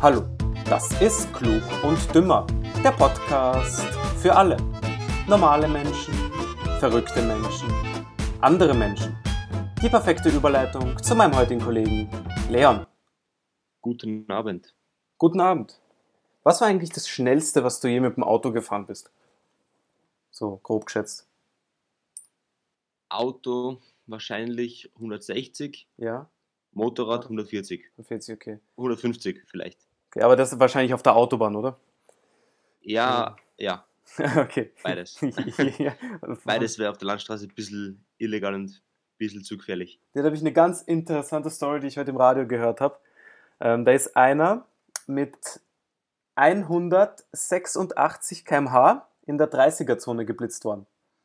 Hallo, das ist Klug und Dümmer, der Podcast für alle. Normale Menschen, verrückte Menschen, andere Menschen. Die perfekte Überleitung zu meinem heutigen Kollegen Leon. Guten Abend. Guten Abend. Was war eigentlich das Schnellste, was du je mit dem Auto gefahren bist? So grob geschätzt. Auto wahrscheinlich 160, Ja? Motorrad 140, 40, okay. 150 vielleicht. Okay, aber das ist wahrscheinlich auf der Autobahn, oder? Ja, Okay. beides. Ja. Beides wäre auf der Landstraße ein bisschen illegal und ein bisschen zu gefährlich. Da habe ich eine ganz interessante Story, die ich heute im Radio gehört habe. Da ist einer mit 186 km/h in der 30er-Zone geblitzt worden.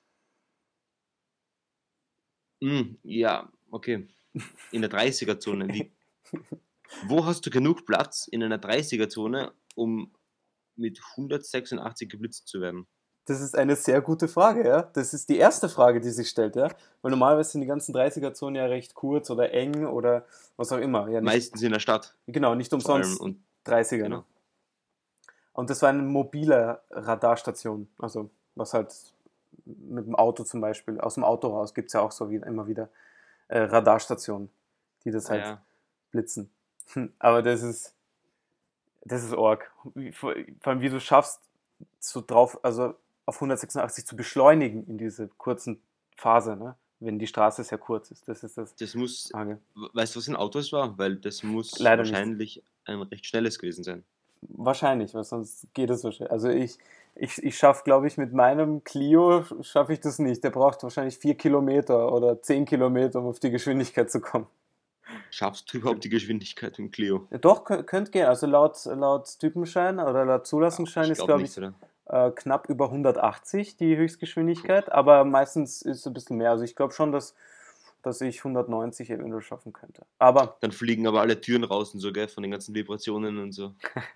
Ja, okay. In der 30er-Zone. Wo hast du genug Platz in einer 30er-Zone, um mit 186 geblitzt zu werden? Das ist eine sehr gute Frage, ja. Das ist die erste Frage, die sich stellt, ja. Weil normalerweise sind die ganzen 30er-Zonen ja recht kurz oder eng oder was auch immer. Ja, nicht, Meistens in der Stadt. genau, nicht Vor allem. umsonst Und 30er. genau. Ne? Und das war eine mobile Radarstation. Also, was halt mit dem Auto zum Beispiel, aus dem Auto raus gibt es ja auch so immer wieder Radarstationen, die das halt Ja. blitzen. Aber das ist arg. Vor allem, wie du schaffst, so drauf, also auf 186 zu beschleunigen in dieser kurzen Phase, ne? Wenn die Straße sehr kurz ist. Das ist das Das muss, Arge. weißt du, was ein Auto es war? Weil das muss Leider nicht. wahrscheinlich ein recht schnelles gewesen sein. Wahrscheinlich, weil sonst geht es so schnell. Also ich schaffe, glaube ich, mit meinem Clio schaffe ich das nicht. Der braucht wahrscheinlich 4 Kilometer oder 10 Kilometer, um auf die Geschwindigkeit zu kommen. Schaffst du überhaupt die Geschwindigkeit im Clio? Ja, doch, könnte gehen. Also laut Typenschein oder laut Zulassungsschein Ich ist, glaube glaube nicht, ich, oder? knapp über 180 die Höchstgeschwindigkeit, aber meistens ist es ein bisschen mehr. Also ich glaube schon, dass ich 190 eventuell schaffen könnte. Aber Dann fliegen aber alle Türen raus und so, gell, von den ganzen Vibrationen und so.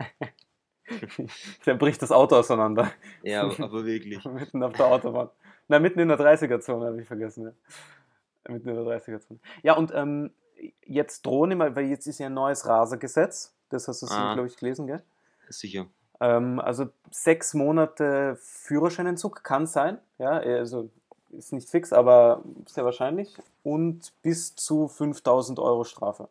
dann bricht das Auto auseinander. Ja, aber wirklich. Mitten auf der Autobahn. Na, mitten in der 30er-Zone, habe ich vergessen. Ja. Mitten in der 30er-Zone. Ja, und jetzt drohen immer, weil jetzt ist ja ein neues Rasergesetz. Das hast du, glaube ich, gelesen, gell? Sicher. Also 6 Monate Führerscheinentzug kann sein. Ja, also ist nicht fix, aber sehr wahrscheinlich. Und bis zu 5.000 Euro Strafe.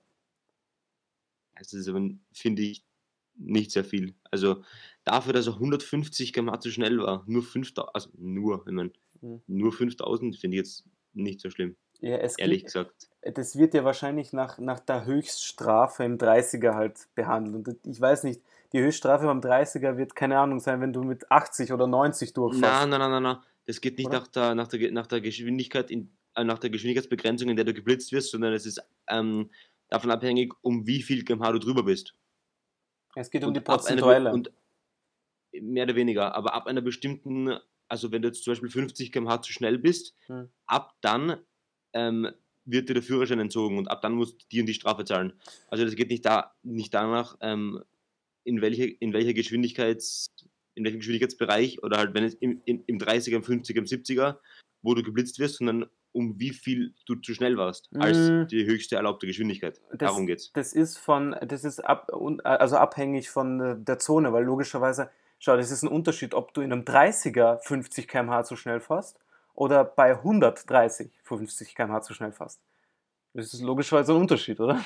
Das ist aber, finde ich, nicht sehr viel. Also dafür, dass er 150 km/h zu schnell war, nur 5.000, also nur, ich meine, nur 5.000 finde ich jetzt nicht so schlimm. Ja, Ehrlich gesagt. Das wird ja wahrscheinlich nach der Höchststrafe im 30er halt behandelt. Und ich weiß nicht, die Höchststrafe beim 30er wird, keine Ahnung, sein, wenn du mit 80 oder 90 durchfährst. Nein. Das geht nicht Oder? nach der Geschwindigkeit, nach der Geschwindigkeitsbegrenzung, in der du geblitzt wirst, sondern es ist davon abhängig, um wie viel km/h du drüber bist. Es geht um die Und ab einer, prozentuelle. und mehr oder weniger, aber ab einer bestimmten, also wenn du jetzt zum Beispiel 50 km/h zu schnell bist, ab dann wird dir der Führerschein entzogen und ab dann musst du die und die Strafe zahlen. Also das geht nicht danach, in welchem Geschwindigkeitsbereich oder halt wenn es im 30er, im 50er, im 70er, wo du geblitzt wirst, sondern um wie viel du zu schnell warst, als die höchste erlaubte Geschwindigkeit. Darum geht's. Das ist also abhängig von der Zone, weil logischerweise, schau, das ist ein Unterschied, ob du in einem 30er 50 km/h zu schnell fährst oder bei 130 50 km/h zu schnell fährst. Das ist logischerweise ein Unterschied, oder?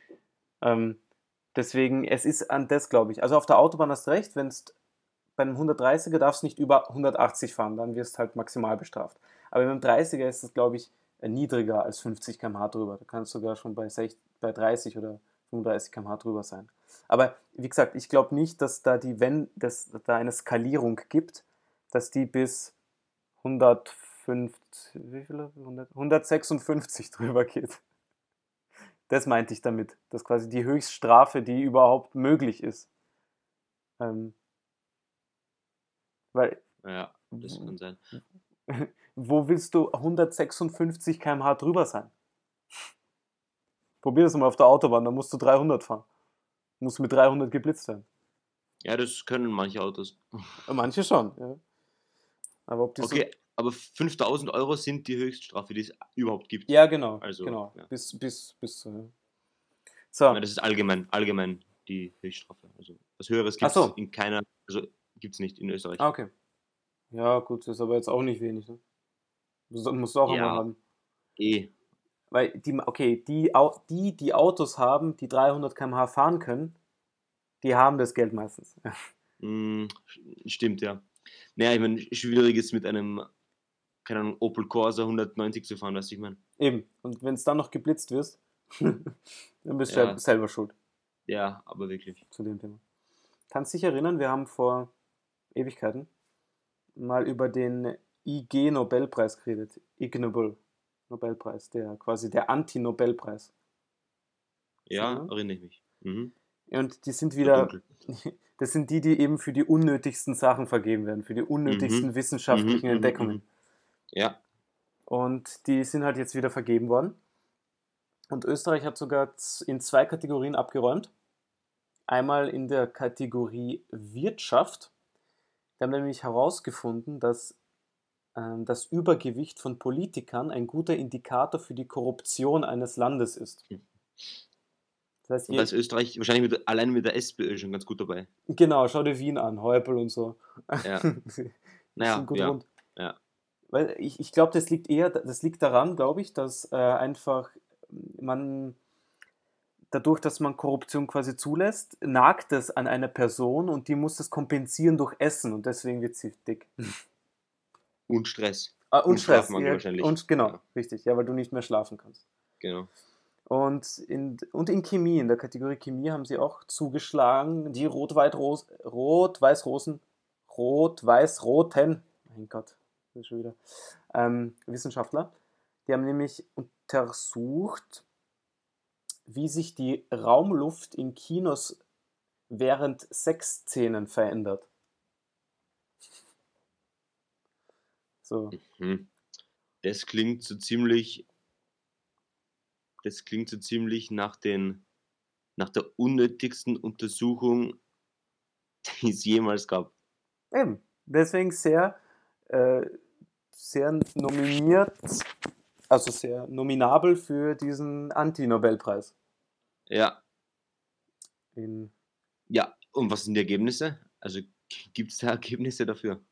Deswegen, es ist an das, glaube ich. Also auf der Autobahn hast du recht, wenn es bei einem 130er darfst du nicht über 180 fahren, dann wirst du halt maximal bestraft. Aber beim 30er ist es, glaube ich, niedriger als 50 km/h drüber. Du kannst sogar schon bei 30 oder 35 km/h drüber sein. Aber wie gesagt, ich glaube nicht, dass da da eine Skalierung gibt, dass die bis 156 drüber geht. Das meinte ich damit. Das ist quasi die Höchststrafe, die überhaupt möglich ist. Weil. Ja, das kann sein. Wo willst du 156 km/h drüber sein? Probier das mal auf der Autobahn, da musst du 300 fahren. Du musst mit 300 geblitzt werden. Ja, das können manche Autos. Manche schon, ja. Aber ob die okay, aber 5.000 Euro sind die Höchststrafe, die es überhaupt gibt. Ja, genau. Also, genau. ja. Bis so. Ja. So. Ja, das ist allgemein die Höchststrafe. Also was Höheres Ach gibt es so. in keiner, also gibt es nicht in Österreich. Ah, okay. Ja, gut, das ist aber jetzt auch nicht wenig, ne? Musst du auch einmal Ja, haben. eh. Weil die Autos haben, die 300 km/h fahren können, die haben das Geld meistens. Ja. Mm, stimmt, ja. Naja, ich meine, schwierig ist mit einem, keine Ahnung, Opel Corsa 190 zu fahren, weißt du, ich meine. Eben. Und wenn es dann noch geblitzt wirst, dann bist du ja Ja, selber schuld ja, aber wirklich. zu dem Thema. Kannst dich erinnern, wir haben vor Ewigkeiten mal über den IG-Nobelpreis geredet. Ig Nobel Nobelpreis, der quasi der Anti-Nobelpreis. Kannst du dich Ja, erinnern? erinnere ich mich. Mhm. Und die sind So wieder, dunkel. das sind die eben für die unnötigsten Sachen vergeben werden, für die Mhm. unnötigsten Mhm, wissenschaftlichen mhm, Entdeckungen. mhm. Ja. Und die sind halt jetzt wieder vergeben worden. Und Österreich hat sogar in 2 Kategorien abgeräumt. Einmal in der Kategorie Wirtschaft. Die haben nämlich herausgefunden, dass das Übergewicht von Politikern ein guter Indikator für die Korruption eines Landes ist. Das heißt, Und da ist Österreich wahrscheinlich allein mit der SPÖ schon ganz gut dabei. genau, schau dir Wien an, Häupl und so. Ja. Die sind Naja, gut ja. rund. Ja. Weil ich glaube, das liegt daran, glaube ich, dass einfach man, dadurch, dass man Korruption quasi zulässt, nagt es an einer Person und die muss das kompensieren durch Essen und deswegen wird sie dick. Und Stress. Und Und Stress, Schlafmangel ja, wahrscheinlich. und genau, Ja, richtig, ja, weil du nicht mehr schlafen kannst. genau. Und in Chemie, in der Kategorie Chemie haben sie auch zugeschlagen, die Rot-Weiß-Roten, mein Gott, das ist schon wieder, Wissenschaftler, die haben nämlich untersucht, wie sich die Raumluft in Kinos während Sexszenen verändert. So, Hm. Das klingt so ziemlich nach der unnötigsten Untersuchung, die es jemals gab. eben. Deswegen äh, sehr nominiert, also sehr nominabel für diesen Anti-Nobelpreis. Ja, In, ja. Und was sind die Ergebnisse? Also gibt es da Ergebnisse dafür?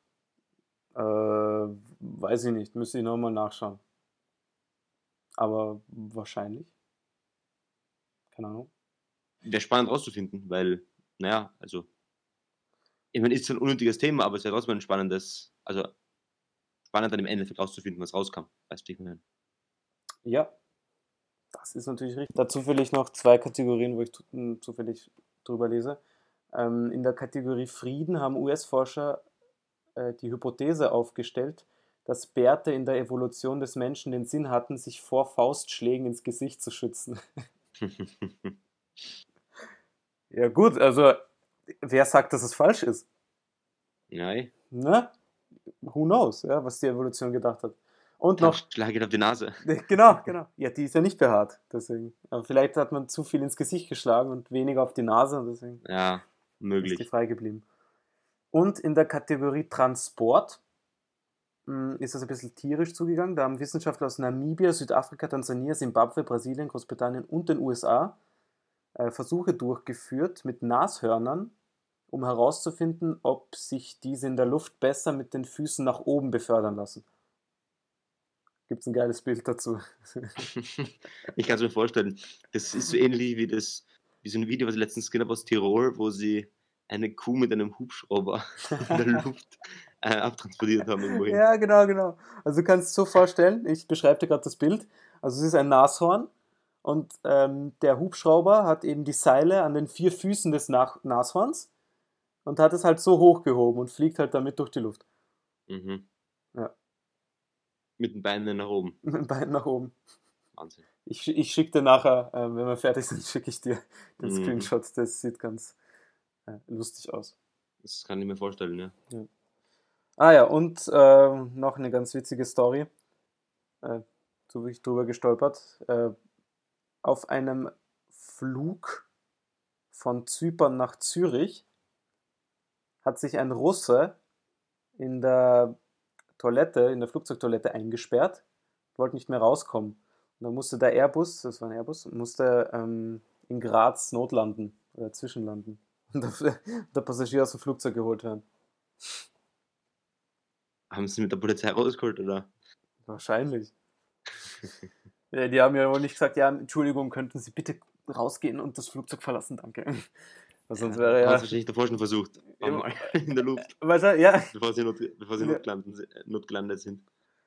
weiß ich nicht, müsste ich nochmal nachschauen. Aber wahrscheinlich, keine Ahnung. Wäre spannend rauszufinden, weil, naja, also, ich meine, ist so ein unnötiges Thema, aber es wäre trotzdem ein spannendes, also spannend dann im Endeffekt rauszufinden, was rauskam. Weißt du, wie ich meine? Ja, das ist natürlich richtig. Dazu vielleicht noch 2 Kategorien, wo ich zufällig drüber lese. In der Kategorie Frieden haben US-Forscher die Hypothese aufgestellt, dass Bärte in der Evolution des Menschen den Sinn hatten, sich vor Faustschlägen ins Gesicht zu schützen. Ja gut, also wer sagt, dass es falsch ist? Nein, Ne? Who knows, ja, was die Evolution gedacht hat. Und dann noch, schlage ich auf die Nase. genau, genau. Ja, die ist ja nicht behaart, deswegen. Aber vielleicht hat man zu viel ins Gesicht geschlagen und weniger auf die Nase und deswegen Ja, ist die möglich. frei geblieben. Und in der Kategorie Transport ist das ein bisschen tierisch zugegangen. Da haben Wissenschaftler aus Namibia, Südafrika, Tansania, Simbabwe, Brasilien, Großbritannien und den USA Versuche durchgeführt mit Nashörnern, um herauszufinden, ob sich diese in der Luft besser mit den Füßen nach oben befördern lassen. Gibt es ein geiles Bild dazu. Ich kann es mir vorstellen. Das ist so ähnlich wie so ein Video, was ich letztens gesehen habe aus Tirol, wo sie eine Kuh mit einem Hubschrauber in der Luft abtransportiert haben irgendwohin. Ja, genau, genau. Also du kannst es so vorstellen, ich beschreibe dir gerade das Bild. Also es ist ein Nashorn und der Hubschrauber hat eben die Seile an den 4 Füßen des Nashorns und hat es halt so hochgehoben und fliegt halt damit durch die Luft. Mhm. Ja, Mit den Beinen nach oben. mit den Beinen nach oben. Wahnsinn. Ich schicke dir nachher, wenn wir fertig sind, schicke ich dir den Mhm. Screenshot. Das sieht ganz lustig aus. Das kann ich mir vorstellen, ja. Ja. Ah ja, und noch eine ganz witzige Story. Äh, so bin ich drüber gestolpert. Auf einem Flug von Zypern nach Zürich hat sich ein Russe in der in der Flugzeugtoilette eingesperrt, wollte nicht mehr rauskommen. Und dann musste der Airbus, das war ein Airbus, musste in Graz notlanden. oder zwischenlanden. Und der Passagier aus dem Flugzeug geholt werden. Haben sie mit der Polizei rausgeholt, oder? Wahrscheinlich. Ja, die haben ja wohl nicht gesagt, ja, Entschuldigung, könnten Sie bitte rausgehen und das Flugzeug verlassen, danke. Weil sonst Ja, wäre haben ja. sie wahrscheinlich davor schon versucht. Einmal in der Luft. Was, ja. Bevor sie notgelandet sind.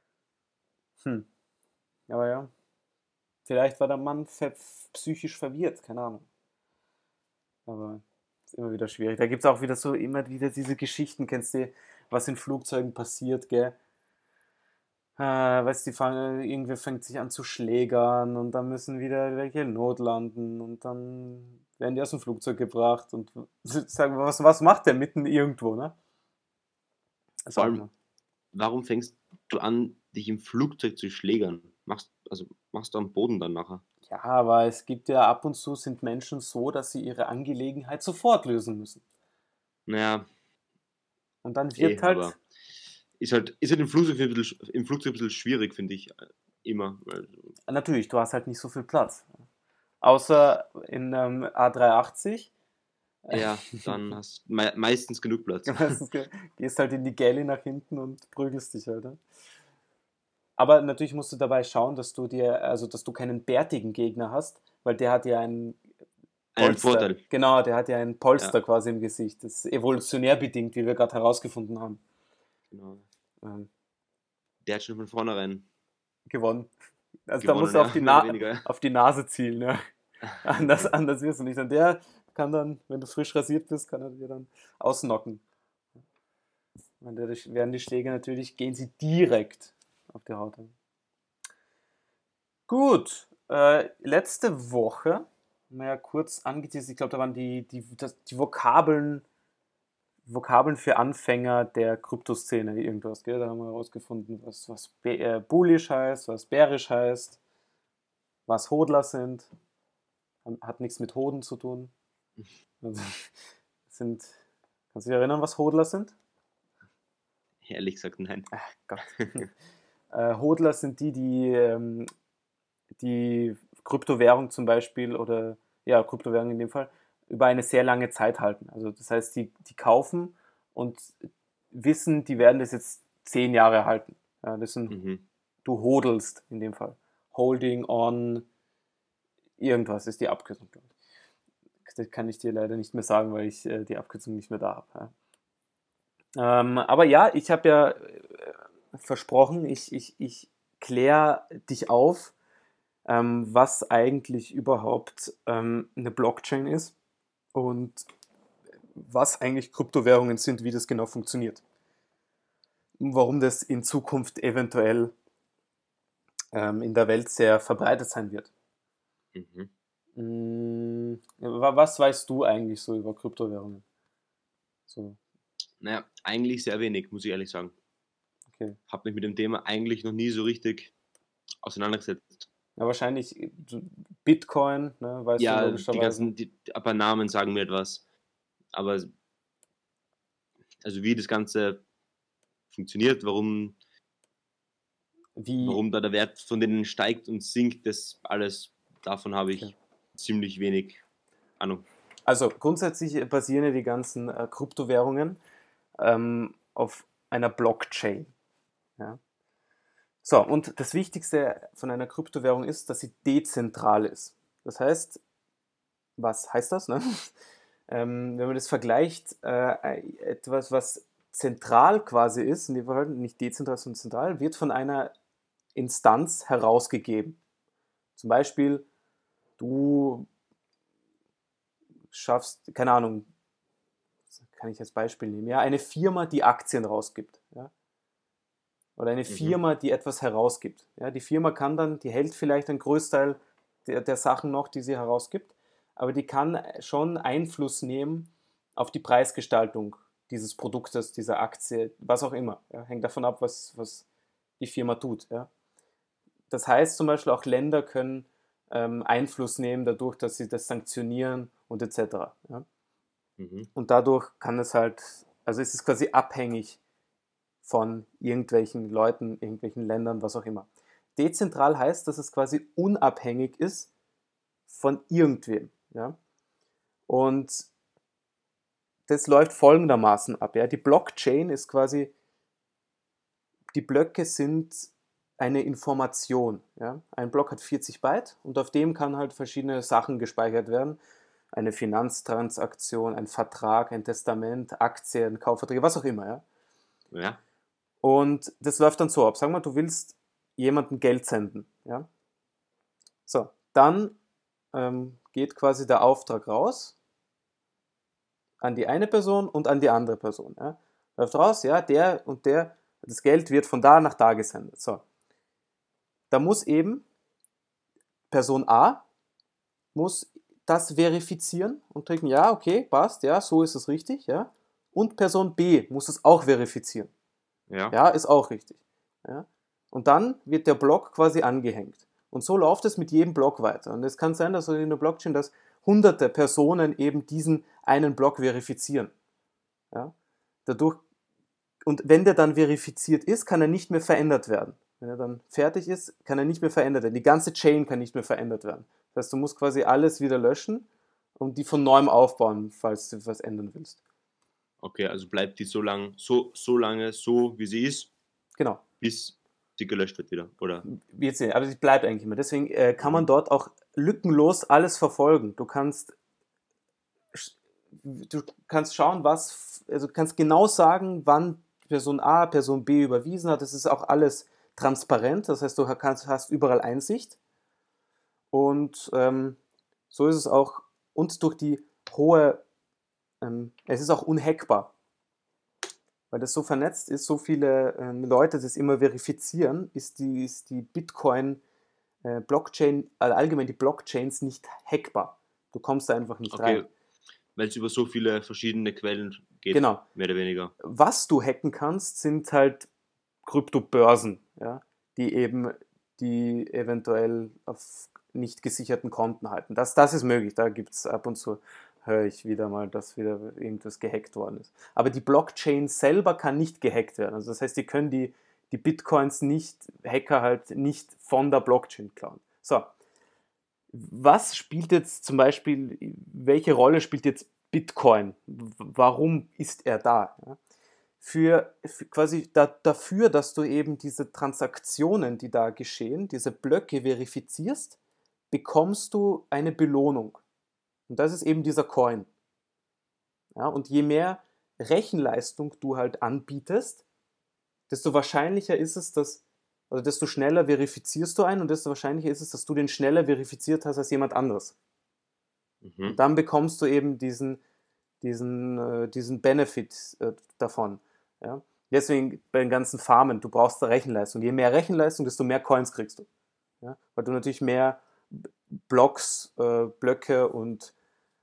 Aber ja. Vielleicht war der Mann psychisch verwirrt, keine Ahnung. Aber ist immer wieder schwierig. Da gibt es auch wieder so immer wieder diese Geschichten, kennst du, was in Flugzeugen passiert, gell? Weißt du, irgendwer fängt sich an zu schlägern und dann müssen wieder welche notlanden und dann werden die aus dem Flugzeug gebracht und sagen, was macht der mitten irgendwo, ne? Vor allem, warum fängst du an, dich im Flugzeug zu schlägern? Machst du am Boden dann nachher? Ja, aber es gibt ja ab und zu sind Menschen so, dass sie ihre Angelegenheit sofort lösen müssen. Naja. Und dann wird halt. Aber ist halt im Flugzeug ein bisschen schwierig, finde ich. Immer. Natürlich, du hast halt nicht so viel Platz. Außer in A380. Ja, dann hast du meistens genug Platz. Meistens gehst halt in die Galley nach hinten und prügelst dich halt. Ne? Aber natürlich musst du dabei schauen, dass du keinen bärtigen Gegner hast, weil der hat ja einen Vorteil. Genau, der hat ja ein Polster quasi im Gesicht. Das ist evolutionär bedingt, wie wir gerade herausgefunden haben. Genau. Der hat schon von vornherein gewonnen. Also da musst du auf die Nase zielen. Ja. Anders wirst du nicht. Und der kann dann, wenn du frisch rasiert bist, kann er dir dann ausnocken. Während die Schläge natürlich, gehen sie direkt auf die Haut. Gut, letzte Woche haben wir ja kurz angeteasert, ich glaube, da waren die Vokabeln für Anfänger der Kryptoszene, irgendwas, gell? Da haben wir herausgefunden, was bullish heißt, was bearish heißt, was Hodler sind. Hat nichts mit Hoden zu tun. Also, kannst du dich erinnern, was Hodler sind? Ehrlich gesagt, nein. Ach Gott. Hodler sind die Kryptowährung zum Beispiel oder Kryptowährung in dem Fall über eine sehr lange Zeit halten. Also das heißt, die kaufen und wissen, die werden das jetzt 10 Jahre halten. Ja, das sind, du hodelst in dem Fall. Holding on irgendwas ist die Abkürzung. Das kann ich dir leider nicht mehr sagen, weil ich die Abkürzung nicht mehr da habe. Ja. Aber ja, ich habe ja versprochen, ich kläre dich auf, was eigentlich überhaupt eine Blockchain ist und was eigentlich Kryptowährungen sind, wie das genau funktioniert. Und warum das in Zukunft eventuell in der Welt sehr verbreitet sein wird. Was weißt du eigentlich so über Kryptowährungen? So. Naja, eigentlich sehr wenig, muss ich ehrlich sagen. Okay. Habe mich mit dem Thema eigentlich noch nie so richtig auseinandergesetzt. Ja, wahrscheinlich Bitcoin, ne, weißt du logischerweise. Ein paar Namen sagen mir etwas. Aber also wie das Ganze funktioniert, warum da der Wert von denen steigt und sinkt, das alles, davon habe ich ziemlich wenig Ahnung. Also grundsätzlich basieren ja die ganzen Kryptowährungen auf einer Blockchain. Ja. So, und das Wichtigste von einer Kryptowährung ist, dass sie dezentral ist. Das heißt, was heißt das? Ne? Wenn man das vergleicht, etwas, was zentral quasi ist, in dem Fall nicht dezentral, sondern zentral, wird von einer Instanz herausgegeben. Zum Beispiel, du schaffst, keine Ahnung, kann ich als Beispiel nehmen, ja, eine Firma, die Aktien rausgibt, ja, oder eine Firma, die etwas herausgibt. Ja, die Firma die hält vielleicht einen Großteil der Sachen noch, die sie herausgibt, aber die kann schon Einfluss nehmen auf die Preisgestaltung dieses Produktes, dieser Aktie, was auch immer. Ja, hängt davon ab, was die Firma tut. Ja. Das heißt zum Beispiel auch Länder können Einfluss nehmen dadurch, dass sie das sanktionieren und etc. Ja. Und dadurch kann es halt, also es ist quasi abhängig von irgendwelchen Leuten, irgendwelchen Ländern, was auch immer. Dezentral heißt, dass es quasi unabhängig ist von irgendwem. Ja? Und das läuft folgendermaßen ab. Ja? Die Blockchain ist quasi, die Blöcke sind eine Information. Ja? Ein Block hat 40 Byte und auf dem kann halt verschiedene Sachen gespeichert werden. Eine Finanztransaktion, ein Vertrag, ein Testament, Aktien, Kaufverträge, was auch immer. Ja? Ja. Und das läuft dann so ab. Sag mal, du willst jemandem Geld senden. Ja? So, dann geht quasi der Auftrag raus an die eine Person und an die andere Person. Ja? Läuft raus, ja, der und der, das Geld wird von da nach da gesendet. So. Da muss eben Person A muss das verifizieren und drücken, ja, okay, passt, ja, so ist es richtig, ja. Und Person B muss es auch verifizieren. Ja. Ja, ist auch richtig. Ja. Und dann wird der Block quasi angehängt. Und so läuft es mit jedem Block weiter. Und es kann sein, dass in der Blockchain, dass hunderte Personen eben diesen einen Block verifizieren. Ja. Dadurch, und wenn der dann verifiziert ist, kann er nicht mehr verändert werden. Wenn er dann fertig ist, kann er nicht mehr verändert werden. Die ganze Chain kann nicht mehr verändert werden. Das heißt, du musst quasi alles wieder löschen und die von neuem aufbauen, falls du was ändern willst. Okay, also bleibt die so lange so, wie sie ist, Genau. bis sie gelöscht wird wieder, oder? Jetzt, aber sie bleibt eigentlich immer. Deswegen kann man dort auch lückenlos alles verfolgen. Du kannst schauen, also kannst genau sagen, wann Person A Person B überwiesen hat. Das ist auch alles transparent. Das heißt, du hast überall Einsicht. Und so ist es auch. Und durch die hohe, es ist auch unhackbar. Weil das so vernetzt ist, so viele Leute das immer verifizieren, ist die Bitcoin Blockchain, also allgemein die Blockchains nicht hackbar. Du kommst da einfach nicht rein. Weil es über so viele verschiedene Quellen geht, Genau. Mehr oder weniger. Was du hacken kannst, sind halt Kryptobörsen, ja, die eventuell auf nicht gesicherten Konten halten. Das ist möglich. Da gibt es ab und zu, höre ich wieder mal, dass wieder irgendwas gehackt worden ist. Aber die Blockchain selber kann nicht gehackt werden. Also das heißt, die können die Bitcoins nicht, Hacker halt nicht von der Blockchain klauen. So, was spielt jetzt zum Beispiel, welche Rolle spielt jetzt Bitcoin? Warum ist er da? Ja? Für quasi dafür, dass du eben diese Transaktionen, die da geschehen, diese Blöcke verifizierst, bekommst du eine Belohnung. Und das ist eben dieser Coin. Ja, und je mehr Rechenleistung du halt anbietest, desto wahrscheinlicher ist es, also desto schneller verifizierst du einen und desto wahrscheinlicher ist es, dass du den schneller verifiziert hast als jemand anderes. Und dann bekommst du eben diesen Benefit davon. Ja? Deswegen bei den ganzen Farmen, du brauchst da Rechenleistung. Je mehr Rechenleistung, desto mehr Coins kriegst du. Ja? Weil du natürlich mehr Blöcke und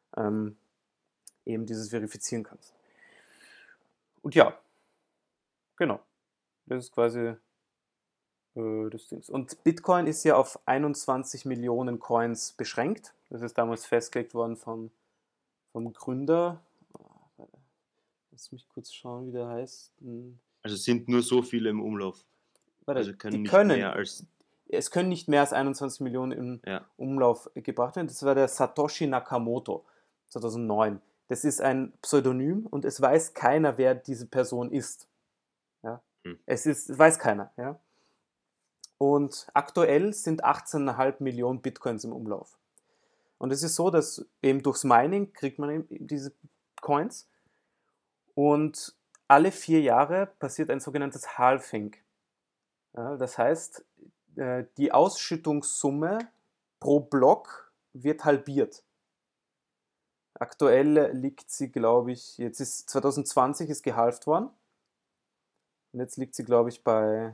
eben dieses verifizieren kannst. Und ja, genau. Das ist quasi das Ding. Und Bitcoin ist ja auf 21 Millionen Coins beschränkt. Das ist damals festgelegt worden vom Gründer. Lass mich kurz schauen, wie der heißt. Also sind nur so viele im Umlauf. Warte, Also es können nicht mehr als 21 Millionen im Umlauf gebracht werden. Das war der Satoshi Nakamoto 2009. Das ist ein Pseudonym und es weiß keiner, wer diese Person ist. Ja? Es weiß keiner. Ja? Und aktuell sind 18,5 Millionen Bitcoins im Umlauf. Und es ist so, dass eben durchs Mining kriegt man eben diese Coins und alle 4 Jahre passiert ein sogenanntes Halving. Ja, das heißt, die Ausschüttungssumme pro Block wird halbiert. Aktuell liegt sie, glaube ich, 2020 ist gehalvt worden. Und jetzt liegt sie, glaube ich, bei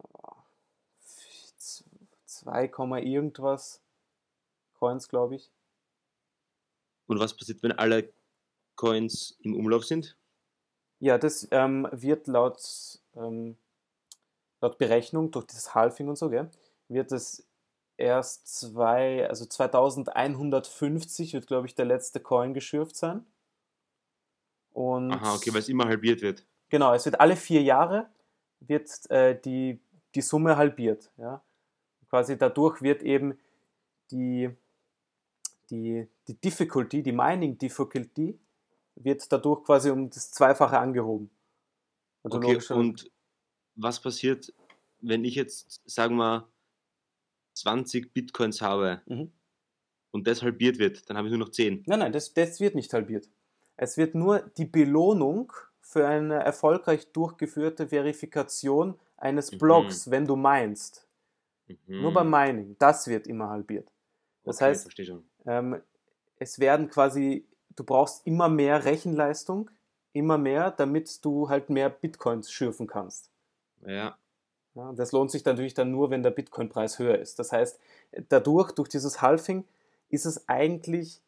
2, irgendwas Coins, glaube ich. Und was passiert, wenn alle Coins im Umlauf sind? Ja, das wird laut Berechnung durch das Halving und so, gell, wird es erst 2150 wird, glaube ich, der letzte Coin geschürft sein. Und aha, okay, weil es immer halbiert wird. Genau, es wird alle 4 Jahre wird die Summe halbiert. Ja? Quasi dadurch wird eben die die Difficulty, die Mining Difficulty, wird dadurch quasi um das Zweifache angehoben. Also Okay, und was passiert, wenn ich jetzt, sagen wir, 20 Bitcoins habe und das halbiert wird, dann habe ich nur noch 10. Nein, das wird nicht halbiert. Es wird nur die Belohnung für eine erfolgreich durchgeführte Verifikation eines Blocks, wenn du minest. Nur beim Mining, das wird immer halbiert. Das heißt, verstehe schon. Es werden quasi, du brauchst immer mehr Rechenleistung, immer mehr, damit du halt mehr Bitcoins schürfen kannst. Ja. Ja, das lohnt sich natürlich dann nur, wenn der Bitcoin-Preis höher ist. Das heißt, durch dieses Halving, ist es eigentlich,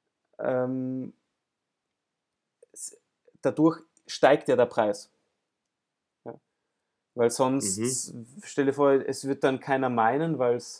dadurch steigt ja der Preis. Ja. Weil sonst, stell dir vor, es wird dann keiner meinen, weil es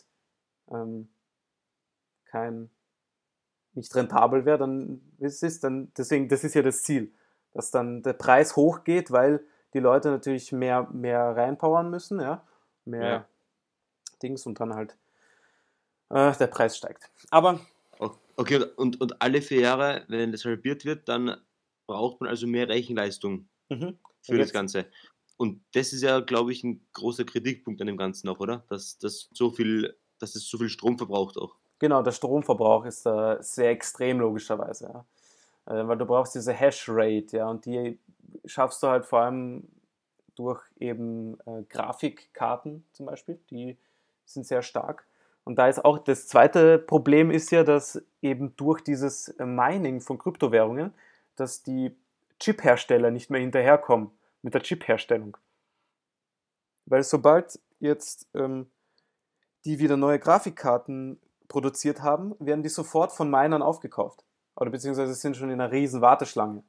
nicht rentabel wäre, dann deswegen, das ist ja das Ziel, dass dann der Preis hochgeht, weil die Leute natürlich mehr reinpowern müssen, ja, mehr Dings und dann halt der Preis steigt. Aber okay, und alle 4 Jahre, wenn das halbiert wird, dann braucht man also mehr Rechenleistung für das Ganze. Und das ist ja, glaube ich, ein großer Kritikpunkt an dem Ganzen auch, oder? Dass es so viel Strom verbraucht auch. Genau, der Stromverbrauch ist da sehr extrem logischerweise, ja. Weil du brauchst diese Hash-Rate, ja, und die schaffst du halt vor allem durch eben Grafikkarten zum Beispiel, die sind sehr stark. Und da ist auch das zweite Problem ist ja, dass eben durch dieses Mining von Kryptowährungen, dass die Chip-Hersteller nicht mehr hinterherkommen mit der Chip-Herstellung. Weil sobald jetzt die wieder neue Grafikkarten produziert haben, werden die sofort von Minern aufgekauft. Oder beziehungsweise sind schon in einer riesen Warteschlange.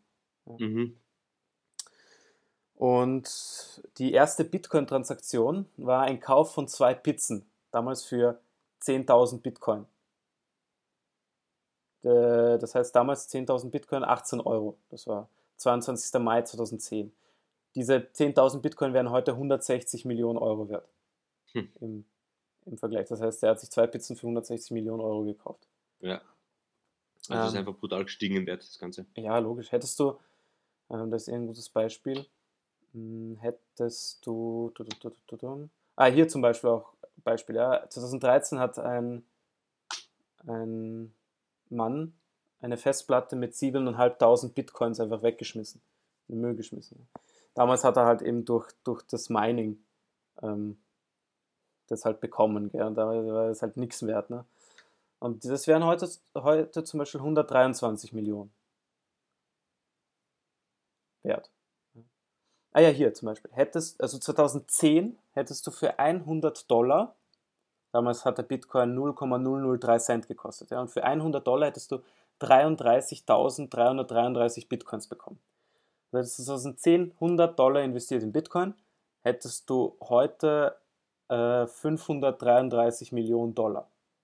Und die erste Bitcoin-Transaktion war ein Kauf von 2 Pizzen, damals für 10.000 Bitcoin. Das heißt damals 10.000 Bitcoin, 18 Euro. Das war 22. Mai 2010. Diese 10.000 Bitcoin wären heute 160 Millionen Euro wert. Im Vergleich. Das heißt, er hat sich 2 Pizzen für 160 Millionen Euro gekauft. Ja. Also es ist einfach brutal gestiegen im Wert, das Ganze. Ja, logisch. Hättest du, das ist ein gutes Beispiel, hättest du, hier zum Beispiel auch Beispiel, ja, 2013 hat ein Mann eine Festplatte mit 7.500 Bitcoins einfach weggeschmissen, in den Müll geschmissen. Damals hat er halt eben durch das Mining das halt bekommen, gell? Und da war das halt nichts wert, ne? Und das wären heute zum Beispiel 123 Millionen wert. Ah ja, hier zum Beispiel. Also 2010 hättest du für $100, damals hat der Bitcoin 0,003 Cent gekostet, ja, und für $100 hättest du 33.333 Bitcoins bekommen. Du hättest 2010 $100 investiert in Bitcoin, hättest du heute 533 Millionen Dollar.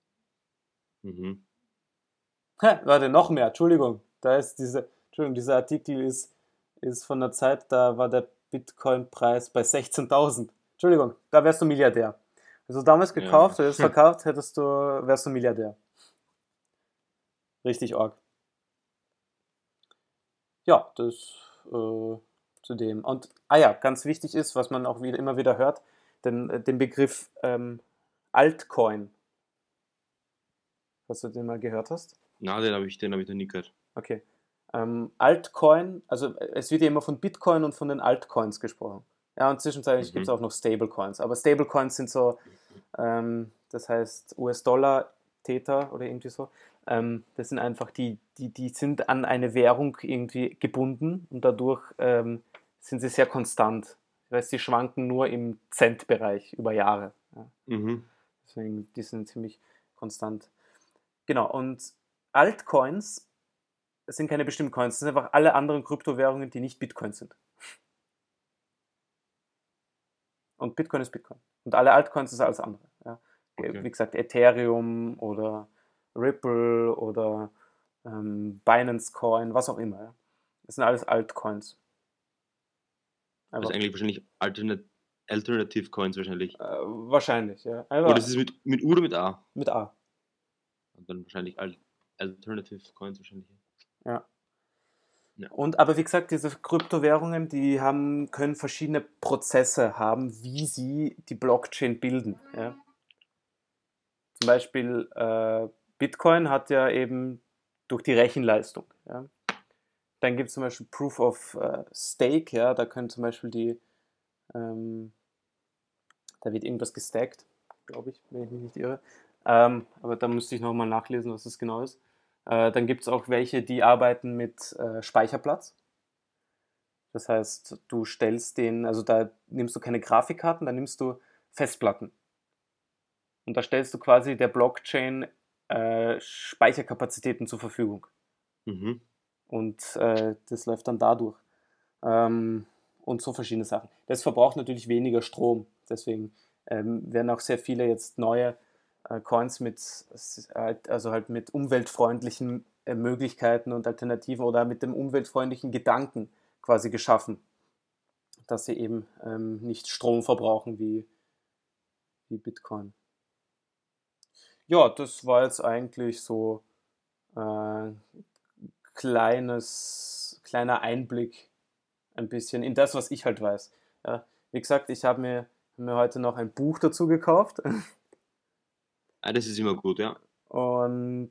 Warte, noch mehr, Entschuldigung. Dieser Artikel ist von der Zeit, da war der Bitcoin-Preis bei 16.000. Entschuldigung, da wärst du Milliardär. Also damals gekauft, oder jetzt verkauft, wärst du Milliardär. Richtig arg. Ja, das zu dem. Und, ganz wichtig ist, was man auch immer wieder hört, den Begriff Altcoin. Hast du den mal gehört hast? Na, den habe ich noch nie gehört. Okay. Altcoin, also es wird ja immer von Bitcoin und von den Altcoins gesprochen. Ja, und zwischenzeitlich gibt es auch noch Stablecoins. Aber Stablecoins sind so, das heißt US-Dollar, Tether oder irgendwie so. Das sind einfach die sind an eine Währung irgendwie gebunden und dadurch sind sie sehr konstant. Das heißt, sie schwanken nur im Cent-Bereich über Jahre. Ja. Deswegen, die sind ziemlich konstant. Genau, und Altcoins sind keine bestimmten Coins, das sind einfach alle anderen Kryptowährungen, die nicht Bitcoin sind. Und Bitcoin ist Bitcoin. Und alle Altcoins ist alles andere. Ja. Okay. Wie gesagt, Ethereum oder Ripple oder Binance Coin, was auch immer. Ja. Das sind alles Altcoins. Also eigentlich wahrscheinlich Alternative Coins wahrscheinlich. Wahrscheinlich, ja. Oder ist es mit U oder mit A? Mit A. Und dann wahrscheinlich Alternative Coins wahrscheinlich. Ja. Ja. Aber wie gesagt, diese Kryptowährungen, können verschiedene Prozesse haben, wie sie die Blockchain bilden. Ja. Zum Beispiel Bitcoin hat ja eben durch die Rechenleistung. Ja. Dann gibt es zum Beispiel Proof of Stake, ja, da können zum Beispiel da wird irgendwas gestackt, glaube ich, wenn ich mich nicht irre. Aber da müsste ich nochmal nachlesen, was das genau ist. Dann gibt es auch welche, die arbeiten mit Speicherplatz. Das heißt, also da nimmst du keine Grafikkarten, da nimmst du Festplatten. Und da stellst du quasi der Blockchain Speicherkapazitäten zur Verfügung. Mhm. Und das läuft dann dadurch. Und so verschiedene Sachen. Das verbraucht natürlich weniger Strom. Deswegen werden auch sehr viele jetzt neue Coins halt mit umweltfreundlichen Möglichkeiten und Alternativen oder mit dem umweltfreundlichen Gedanken quasi geschaffen, dass sie eben nicht Strom verbrauchen wie Bitcoin. Ja, das war jetzt eigentlich so kleiner Einblick ein bisschen in das, was ich halt weiß. Ja, wie gesagt, ich habe mir heute noch ein Buch dazu gekauft Das ist immer gut, ja. und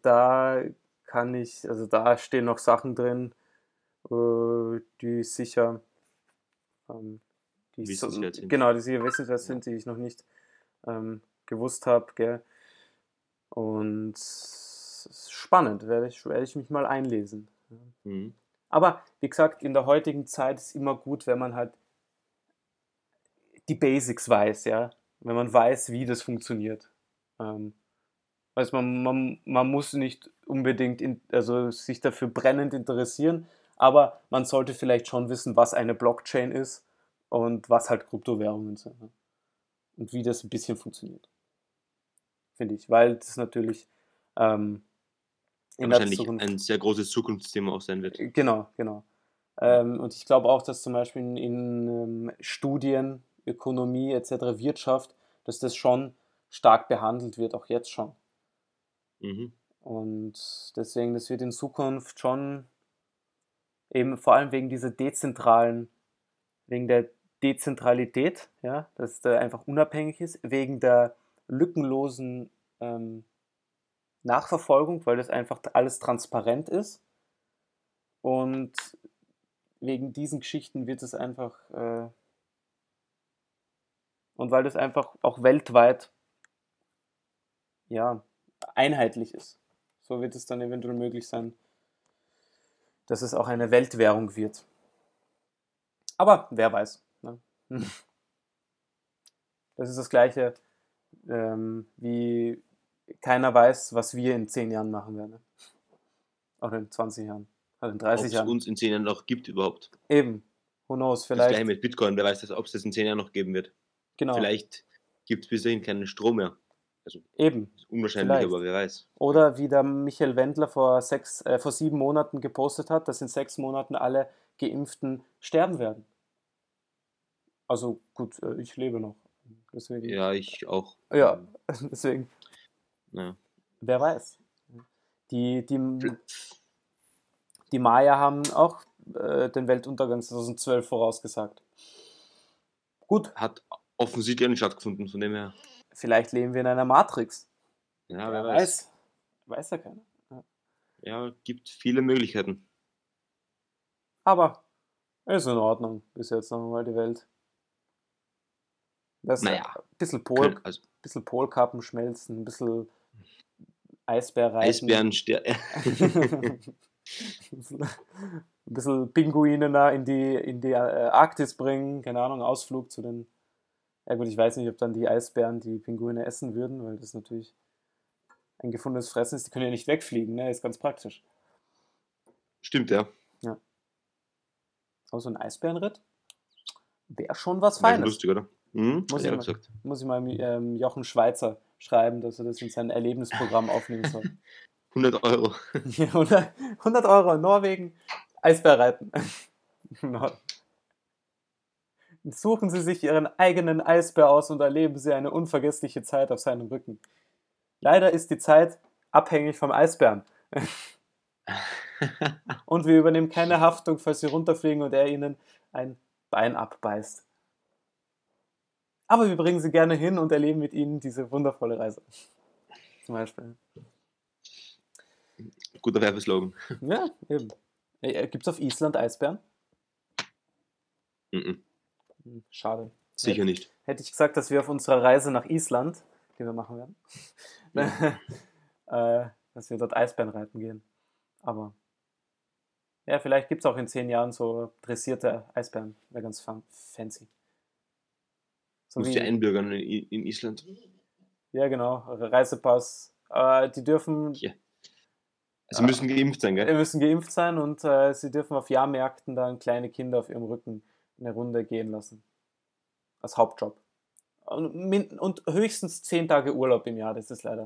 da stehen noch Sachen drin, die sicher, Wissenswert sind. genau, die sicher wissenswert sind, die ich noch nicht gewusst habe, gell? Und es ist spannend, werde ich mich mal einlesen. Mhm. Aber wie gesagt, in der heutigen Zeit ist immer gut, wenn man halt die Basics weiß, ja. Wenn man weiß, wie das funktioniert. Also man muss nicht unbedingt also sich dafür brennend interessieren, aber man sollte vielleicht schon wissen, was eine Blockchain ist und was halt Kryptowährungen sind. Ne? Und wie das ein bisschen funktioniert. Finde ich, weil das natürlich in der Wahrscheinlich Zukunft. ein sehr großes Zukunftsthema auch sein wird. Genau. Und ich glaube auch, dass zum Beispiel in Studien, Ökonomie etc., Wirtschaft, dass das schon stark behandelt wird, auch jetzt schon. Mhm. Und deswegen, das wird in Zukunft schon eben vor allem wegen der Dezentralität, ja, dass der einfach unabhängig ist, wegen der lückenlosen Nachverfolgung, weil das einfach alles transparent ist. Und wegen diesen Geschichten wird es einfach und weil das einfach auch weltweit ja, einheitlich ist. So wird es dann eventuell möglich sein, dass es auch eine Weltwährung wird. Aber wer weiß. Ne? Das ist das Gleiche, wie keiner weiß, was wir in 10 Jahren machen werden. Ne? Oder in 20 Jahren. Oder in 30 Ob es Jahren. uns in 10 Jahren noch gibt überhaupt. Eben. Who knows, Das gleiche vielleicht. mit Bitcoin, wer weiß, ob es das in 10 Jahren noch geben wird. Genau. Vielleicht gibt es bis dahin keinen Strom mehr. Also Eben. ist unwahrscheinlich, Vielleicht. aber wer weiß. Oder wie der Michael Wendler vor 7 Monaten gepostet hat, dass in 6 Monaten alle Geimpften sterben werden. Also gut, ich lebe noch. Deswegen. Ja, ich auch. Ja, deswegen. Ja. Wer weiß. Die Maya haben auch den Weltuntergang 2012 vorausgesagt. Gut. Hat offensichtlich nicht stattgefunden, von dem her. Vielleicht leben wir in einer Matrix. Ja, wer weiß. Weiß ja keiner. Ja, gibt viele Möglichkeiten. Aber ist in Ordnung. Bis jetzt noch mal die Welt. Naja. Ein bisschen bisschen Polkappen schmelzen, ein bisschen Eisbär reiten. Eisbären ein bisschen Pinguine in die Arktis bringen. Keine Ahnung, Ausflug zu den. Ja gut, ich weiß nicht, ob dann die Eisbären die Pinguine essen würden, weil das natürlich ein gefundenes Fressen ist. Die können ja nicht wegfliegen, ne? Ist ganz praktisch. Stimmt, ja. Ja. Aber so ein Eisbärenritt wäre schon was Feines. Wäre lustig, oder? Mhm, muss ich mal Jochen Schweizer schreiben, dass er das in sein Erlebnisprogramm aufnehmen soll. 100 Euro. 100 Euro in Norwegen, Eisbär reiten. Suchen Sie sich Ihren eigenen Eisbär aus und erleben Sie eine unvergessliche Zeit auf seinem Rücken. Leider ist die Zeit abhängig vom Eisbären. Und wir übernehmen keine Haftung, falls sie runterfliegen und er ihnen ein Bein abbeißt. Aber wir bringen sie gerne hin und erleben mit ihnen diese wundervolle Reise. Zum Beispiel. Guter Werbeslogan. Ja, eben. Gibt es auf Island Eisbären? Schade. Sicher nicht. Hätte ich gesagt, dass wir auf unserer Reise nach Island, die wir machen werden, dass wir dort Eisbären reiten gehen. Aber ja, vielleicht gibt es auch in 10 Jahren so dressierte Eisbären. Wäre ganz fancy. So musst du einbürgern in Island. Ja, genau. Reisepass. Die dürfen... Ja. Sie müssen geimpft sein, gell? Die müssen geimpft sein und sie dürfen auf Jahrmärkten dann kleine Kinder auf ihrem Rücken eine Runde gehen lassen. Als Hauptjob. Und höchstens 10 Tage Urlaub im Jahr. Das ist leider...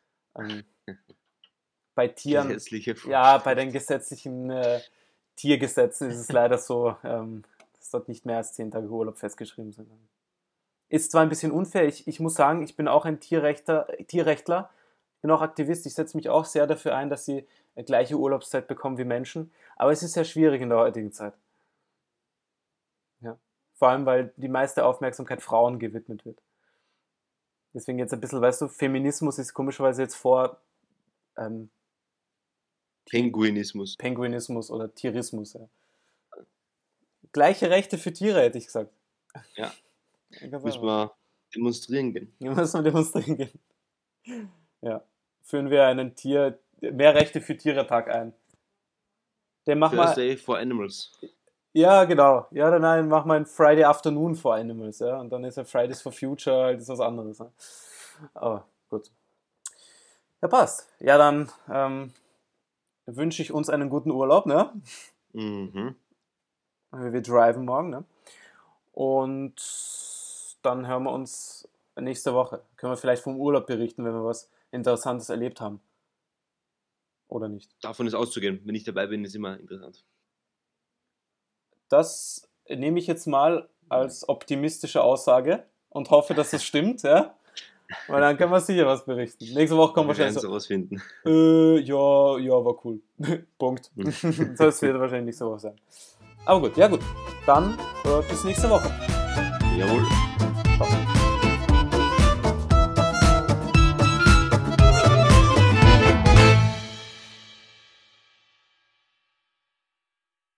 bei Tieren... Ja, bei den gesetzlichen Tiergesetzen ist es leider so, dass dort nicht mehr als 10 Tage Urlaub festgeschrieben sind. Ist zwar ein bisschen unfair, ich muss sagen, ich bin auch ein Tierrechtler, ich bin auch Aktivist, ich setze mich auch sehr dafür ein, dass sie gleiche Urlaubszeit bekommen wie Menschen, aber es ist sehr schwierig in der heutigen Zeit. Ja. Vor allem, weil die meiste Aufmerksamkeit Frauen gewidmet wird. Deswegen jetzt ein bisschen, weißt du, Feminismus ist komischerweise jetzt vor Penguinismus oder Tierismus. Ja. Gleiche Rechte für Tiere, hätte ich gesagt. Ja. Müssen wir demonstrieren gehen. Ja. Führen wir einen mehr Rechte für Tiere-Tag ein. Thursday for Animals. Ja, genau. Ja, nein, mach mal ein Friday Afternoon for Animals. Ja? Und dann ist ja Fridays for Future halt was anderes. Ne? Aber gut. Ja, passt. Ja, dann wünsche ich uns einen guten Urlaub. Ne? Mhm. Wir driven morgen. Ne? Und dann hören wir uns nächste Woche. Können wir vielleicht vom Urlaub berichten, wenn wir was Interessantes erlebt haben. Oder nicht? Davon ist auszugehen. Wenn ich dabei bin, ist immer interessant. Das nehme ich jetzt mal als optimistische Aussage und hoffe, dass es stimmt. Ja? Weil dann können wir sicher was berichten. Nächste Woche kommen wir wahrscheinlich so rausfinden. Ja, war cool. Punkt. Das wird wahrscheinlich nicht so sein. Aber gut, ja gut. Dann bis nächste Woche. Jawohl. Ciao.